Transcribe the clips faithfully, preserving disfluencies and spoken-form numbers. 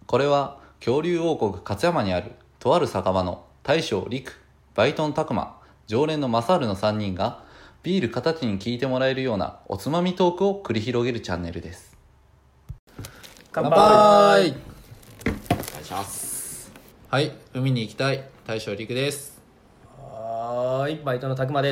これは恐竜王国勝山にあるとある酒場の大将陸、バイトン拓磨、常連のマサールのさんにんがビール片手に聞いてもらえるようなおつまみトークを繰り広げるチャンネルです。 乾杯。 乾杯。 お願いします。 はい、海に行きたい大将陸です。 はーい、バイトのたくまです。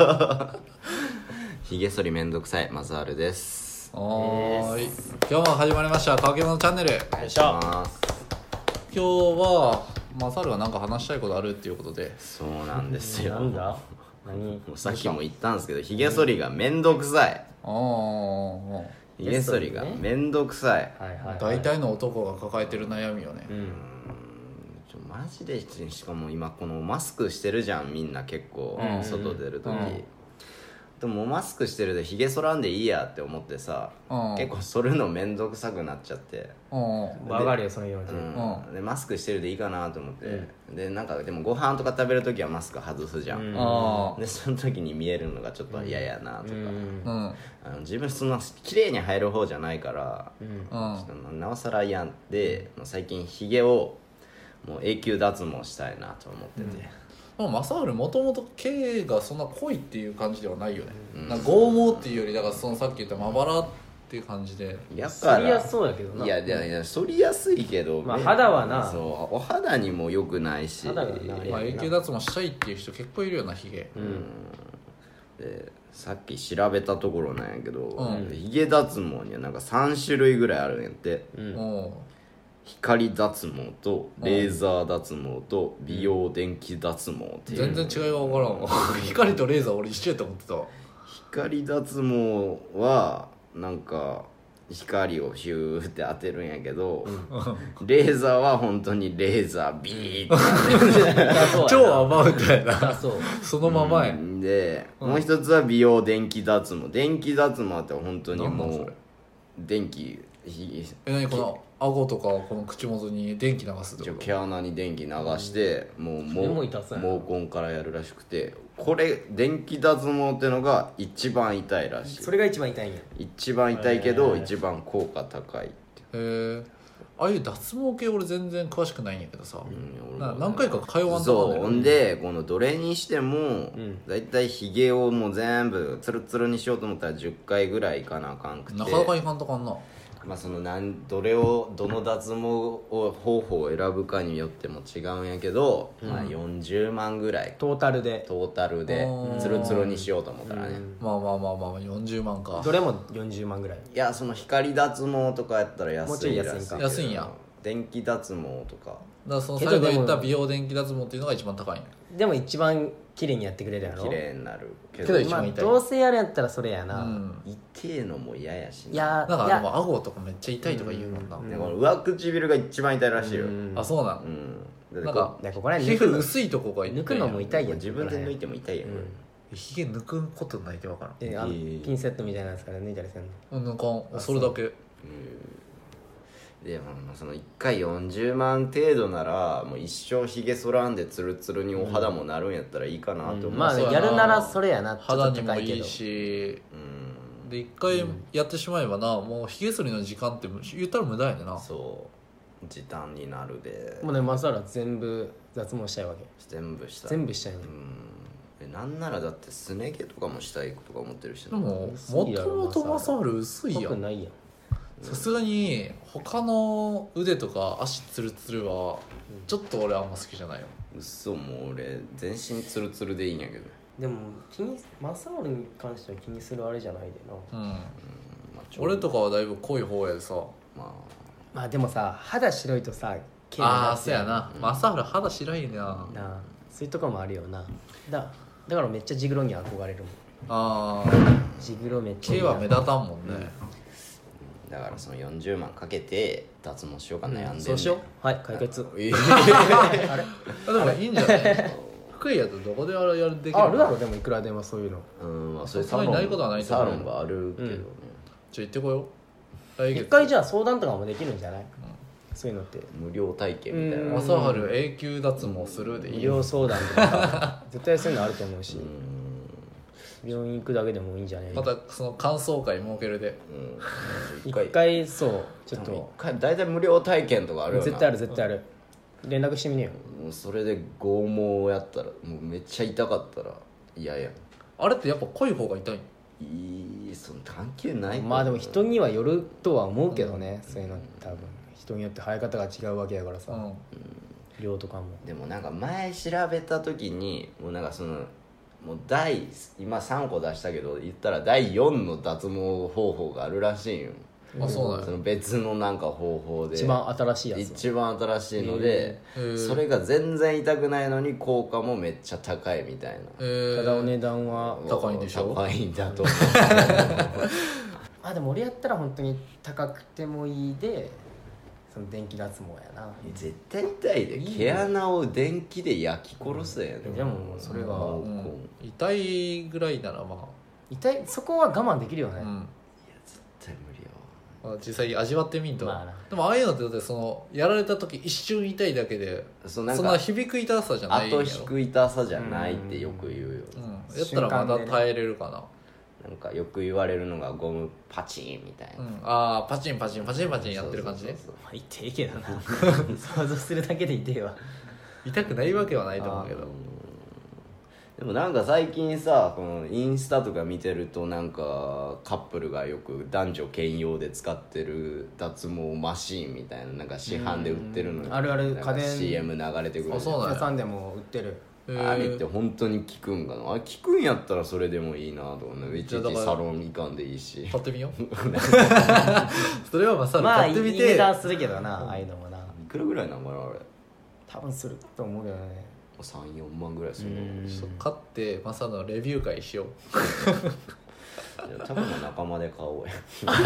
ひげ剃りめんどくさいマザールです。 はーい、今日も始まりました乾き物チャンネル。 お願いします。 今日はマサルが何か話したいことあるっていうことで。 そうなんですよ。 なんだ何もうさっきも言ったんですけど、ひげ剃りがめんどくさい。 ああ、 ひげ剃りがめんどくさい。 はいはい、はい、 大体の男が抱えてる悩みよね。 うん、 ちょマジで、しかも今このマスクしてるじゃんみんな結構、 うん外出る時、 うんでもマスクしてるでひげ剃らんでいいやって思ってさ、 うん結構剃るのめんどくさくなっちゃって、 うんわかるよそのように、 うんうんでマスクしてるでいいかなと思って、でなんかでもご飯とか食べる時はマスク外すじゃん、 うんあでその時に見えるのがちょっと嫌やなとか、 うんあ、うんあの自分そんな綺麗に入る方じゃないから、 うんうんちょっとなおさら嫌で、もう最近ひげをもう永久脱毛したいなと思ってて、 でもマサールもともと毛がそんな濃いっていう感じではないよね、 うんなんか剛毛っていうよりだからそのさっき言ったまばらっていう感じで。 やから剃りやすそうやけどないやいやいや剃りやすいけど、 まあね肌はなそうお肌にも良くないし、 肌がなまあ、永久脱毛したいっていう人結構いるよなヒゲ。 うんでさっき調べたところなんやけど、 うんひげ脱毛にはなんかさん種類ぐらいあるんやって。 うんうん光脱毛とレーザー脱毛と美容電気脱毛っていう、 全然違いが分からんわ光とレーザー俺一緒やと思ってたわ。 光脱毛はなんか光をヒューって当てるんやけど、レーザーは本当にレーザービーって当てる超アバウトやなだそうそのままや。 うんで、もう一つは美容電気脱毛。電気脱毛って本当にもなんなんそうれ電気ひえ、何この顎とかこの口元に電気流すって一応こと？ 毛穴に電気流して、もうそれもも痛そうやな毛根からやるらしくて、これ電気脱毛ってのが一番痛いらしい。 それが一番痛いんや。 一番痛いけど、 へー一番効果高いって。 へえ。ああいう脱毛系俺全然詳しくないんやけどさ、 うんな何回か通わんとそうほかね。 んでこのどれにしても、 んだいたいひげをもう全部ツルツルにしようと思ったらじゅっかいぐらいいかなあかんくて、 なかなかいかんとかんな。 まあそのなんどれをどの脱毛を方法を選ぶかによっても違うんやけど、まあよんじゅうまんぐらいトータルでトータルでうんツルツルにしようと思ったらね、 まあまあまあまあよんじゅうまんか。 どれもよんじゅうまんぐらい。 いやその光脱毛とかやったら安いもうちょい安いんからしけど安いんや。 電気脱毛とかだからそのけど最後言ったでも美容電気脱毛っていうのが一番高いんや。 でも一番綺麗にやってくれるやろ。 綺麗になるけけどまあど一番痛いどうせやるんやったらそれやな。 うん。 痛えのも嫌やしいやなんかいやでも顎とかめっちゃ痛いとか言うもんな。 でこの上唇が一番痛いらしいよ、 ううんんあ、そうなん。 だってなんかいやここら皮辺抜くの膚薄いとこが痛いんや抜くのも痛いやん。 自分で抜いても痛いやん、 うんひげ抜くことないって分からん。 であのいいピンセットみたいなやつから抜いたりするの。 うん、なんかそれだけ。 でもまあそのいっかいよんじゅうまん程度ならもう一生ひげ剃らんでツルツルにお肌もなるんやったらいいかなと思う、 まあそうやなやるならそれやな。ちょっ肌と高いけどにもいい。し、 うんで一回やってしまえばな、もうひげ剃りの時間って言ったら無駄やでな。 そう時短になるでもうねマサラ全部脱毛したいわけ。 全部した全部したいね。 うんでなんならだってすね毛とかもしたいとか思ってる人でも薄もいやろともとマサール薄いやん。 濃くないやん。 さすがに他の腕とか足ツルツルはちょっと俺あんま好きじゃないよ。 嘘もう俺全身ツルツルでいいんやけど、 でも気にマサールに関しては気にするあれじゃないでな。 うん。 まあ、ちょ俺とかはだいぶ濃い方やでさ。 まあまあでもさ肌白いとさ毛ああ、 立つやんそうやな。マサール肌白いねな。 なあそういうところもあるよな。だだからめっちゃジグロに憧れるもん。 ああ、 ジグロめっちゃいいな毛は目立たんもんね。 だからそのよんじゅうまんかけて脱毛しようか悩んでんねん、 そうしよう。はい解決。 えあれあでもいいんじゃない福井やとどこであれやるできるあるだろでもいくらでもそういうの。 うんまあそれさすがにないことはないとサ思うロンがあるけどね、 ちょ行ってこよう。来一月回じゃあ相談とかもできるんじゃない、そういうのって。 無料体験みたいな、 うん朝春永久脱毛するでい医いよ。 療相談とか絶対そういうのあると思うし、 うん病院行くだけでもいいんじゃねえまたその感想会設けるで、 うん、 一回そうちょっ一と回大体無料体験とかあるよな。 絶対ある絶対ある連絡してみねよ。 もうそれで拷問をやったらもうめっちゃ痛かったら嫌やん。 あれってやっぱ濃い方が痛いん？ いいその関係ないまあでも人にはよるとは思うけどね、そういうの多分人によって生え方が違うわけやからさ、 うん量とかも。 でもなんか前調べた時にもうなんかそのもう第今さんこ出したけど言ったらだいよんの脱毛方法があるらしいんよ。 あそうなんやその別のなんか方法で一番新しいやつ一番新しいのでへーそれが全然痛くないのに効果もめっちゃ高いみたいな。 えー、 ただお値段は高いんでしょ？ 高いんだと思うあでも俺やったら本当に高くてもいいでその電気脱毛やな。 絶対痛いで毛穴を電気で焼き殺すやん、 でももうそれがもううんこう痛いぐらいならま痛いそこは我慢できるよね、 あ、うん絶対無理よ。 まあ実際味わってみんと、 まあなでもああいうのってだってそのやられた時一瞬痛いだけでそうなんかそんな響く痛さじゃないんやろ。 後引く痛さじゃないってよく言うよ、 うん、やったらまだ耐えれるかな、 なんかよく言われるのがゴムパチンみたいな、 うん、ああパチンパチンパチンパチンやってる感じね。 そうそうまあ痛いけどな想像するだけで痛いわ。 痛くないわけはないと思うけど。 そうでもなんか最近さこのインスタとか見てるとなんかカップルがよく男女兼用で使ってる脱毛マシーンみたいななんか市販で売ってるのよ。 あるあるなんか家電シーエム 流れてくるあそうなんや屋さんでも売ってる。 へーあれって本当に効くんかな。あれ効くんやったらそれでもいいなと思うね。いちいちサロン行かんでいいし買ってみようそれはまさまあいい買ってみて、 値段するけどな、ああいうのもないくらぐらいなんかなあれ多分すると思うけどね。 さん、よんまんぐらいするの。 うんそう買ってマサのレビュー会しよう。 いや多分仲間で買おうや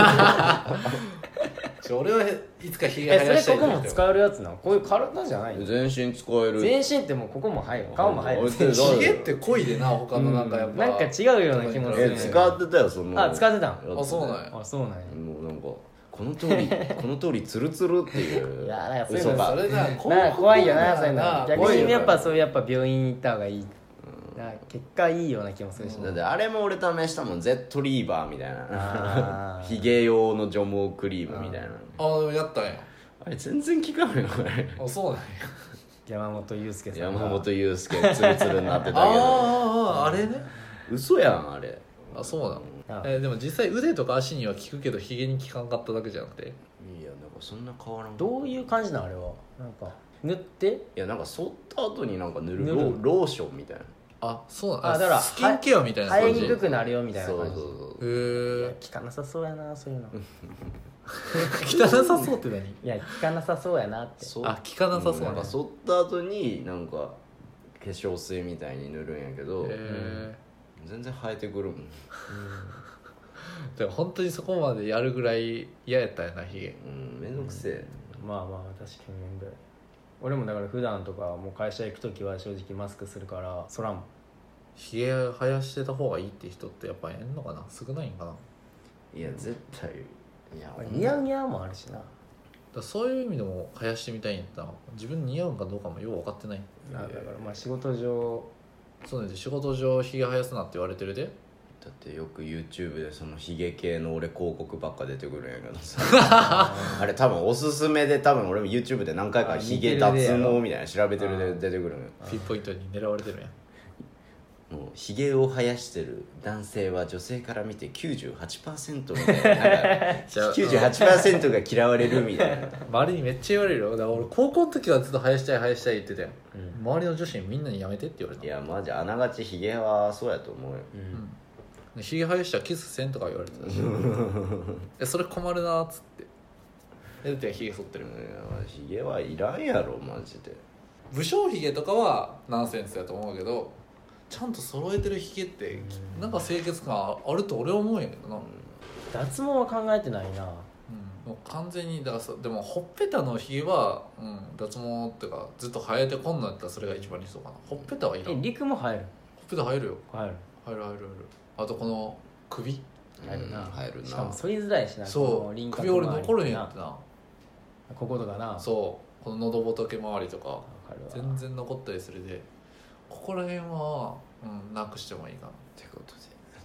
ちょ俺はいつかひげえ生やしたいそれここも使えるやつなこういう体じゃないの。 全身使える。 全身ってもうここも入る顔も入る。 あ全身ひげって濃いでな他のなんかやっぱ、 なんか違うような気もするえ使ってたよそのあ使ってたんやつあそうなんや。 あそうなんや。 もうなんかこの通りこの通りツルツルっていういやなんかそういうの嘘かそれななんか怖いよなそういうの逆怖いよにやっぱそういうやっぱ病院行った方がいい、なんか結果いいような気もするしな、 だってあれも俺試したもん Z リーバーみたいなあーヒゲ用の除毛クリームみたいなあでもやったんや。 あれ全然効かないのあれあそうなんや。 山本裕介さんが山本裕介ツルツルになってたけどあああれね。 嘘やんあれあそうなの、 あえーでも実際腕とか足には効くけどひげに効かんかっただけじゃなくて、 いやなんかそんな変わらんどういう感じなのあれはなんか塗っていやなんか剃った後になんか塗る塗るローローションみたいなあそうなんあだからスキンケアみたいな生え感じ。 にくくなるよみたいなそう感じ。 そうそうへえ効かなさそうやなそういうの汚さそうって何？ いや効かなさそうやなって。 そあ効かなさそうなんだ。 なんか剃った後になんか化粧水みたいに塗るんやけどへえ全然生えてくるもん、 でも本当にそこまでやるぐらい嫌やったよなひげ。 うん、めんどくせえ、 まあまあ確かに面倒い。俺もだから普段とかもう会社行く時は正直マスクするからそらんもん。 ひげ生やしてた方がいいって人ってやっぱいんのかな、少ないんかな。だかいや絶対いや似合う似合うもあるしな。 らそういう意味でも生やしてみたいんやったら自分に似合うんかどうかもよう分かってない。 だからまあ仕事上そうね、仕事上ひげ生やすなって言われてるで。 だってよく YouTube でそのヒゲ系の俺広告ばっか出てくるんやけどさあれ多分おすすめで多分俺も YouTube で何回かヒゲ脱毛みたいな調べてるで出てくるのよ。 ピンポイントに狙われてるやん。 もうヒゲを生やしてる男性は女性から見て きゅうじゅうはちパーセント みたいななんかきゅうじゅうはちパーセント が嫌われるみたいな周りにめっちゃ言われるよ。だから俺高校の時はずっと生やしたい生やしたい言ってたよ、うん、周りの女子にみんなにやめてって言われた。 いやマジあながちヒゲはそうやと思うよ、 うんでひげ生やしたらキスせんとか言われてたしえそれ困るなっつってえだってひげ剃ってる。 いやヒゲはいらんやろマジで。 武将ひげとかはナンセンスだと思うけどちゃんと揃えてるひげってなんか清潔感あると俺は思うんやけどな、うん脱毛は考えてないな。 もう完全にだからさでもほっぺたのひげは、うん、脱毛っていうかずっと生えてこんのやったらそれが一番理想かな。ほっぺたはいらん。ほっえ陸も入るぺた生えるよ。 入る入る入る入る。あとこの首入るな、 うん入るなしかも反りづらいしな。こそうの輪郭首俺周り残るんやってな。 こことかな。 そうこの喉仏周りとかわかるわ全然残ったりするでここら辺は、うん、なくしてもいいかな。 ってことで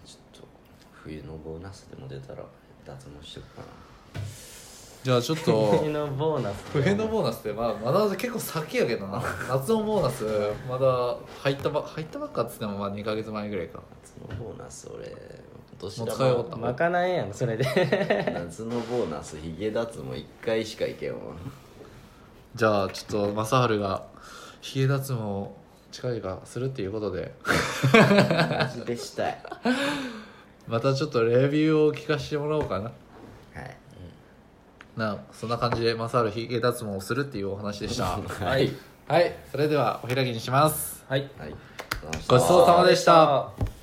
冬のボーナスでも出たら脱毛しておくかな。 じゃあちょっと冬のボーナス冬のボーナスってまあまだ結構先やけどな夏のボーナスまだ入ったば入ったばっかっつってもまあにかげつまえぐらいか。 夏のボーナス俺今年もう使い終わったまかないやんそれで夏のボーナスヒゲ脱毛いっかいしかいけんわ。 じゃあちょっと正治がヒゲ脱毛近いがするっていうことでマジでしたい。 またちょっとレビューを聞かせてもらおうかな。 はいなそんな感じで正治ヒゲ脱毛をするっていうお話でしたはい、 はい、それではお開きにします。 はいはい、 ごちそうさまでした。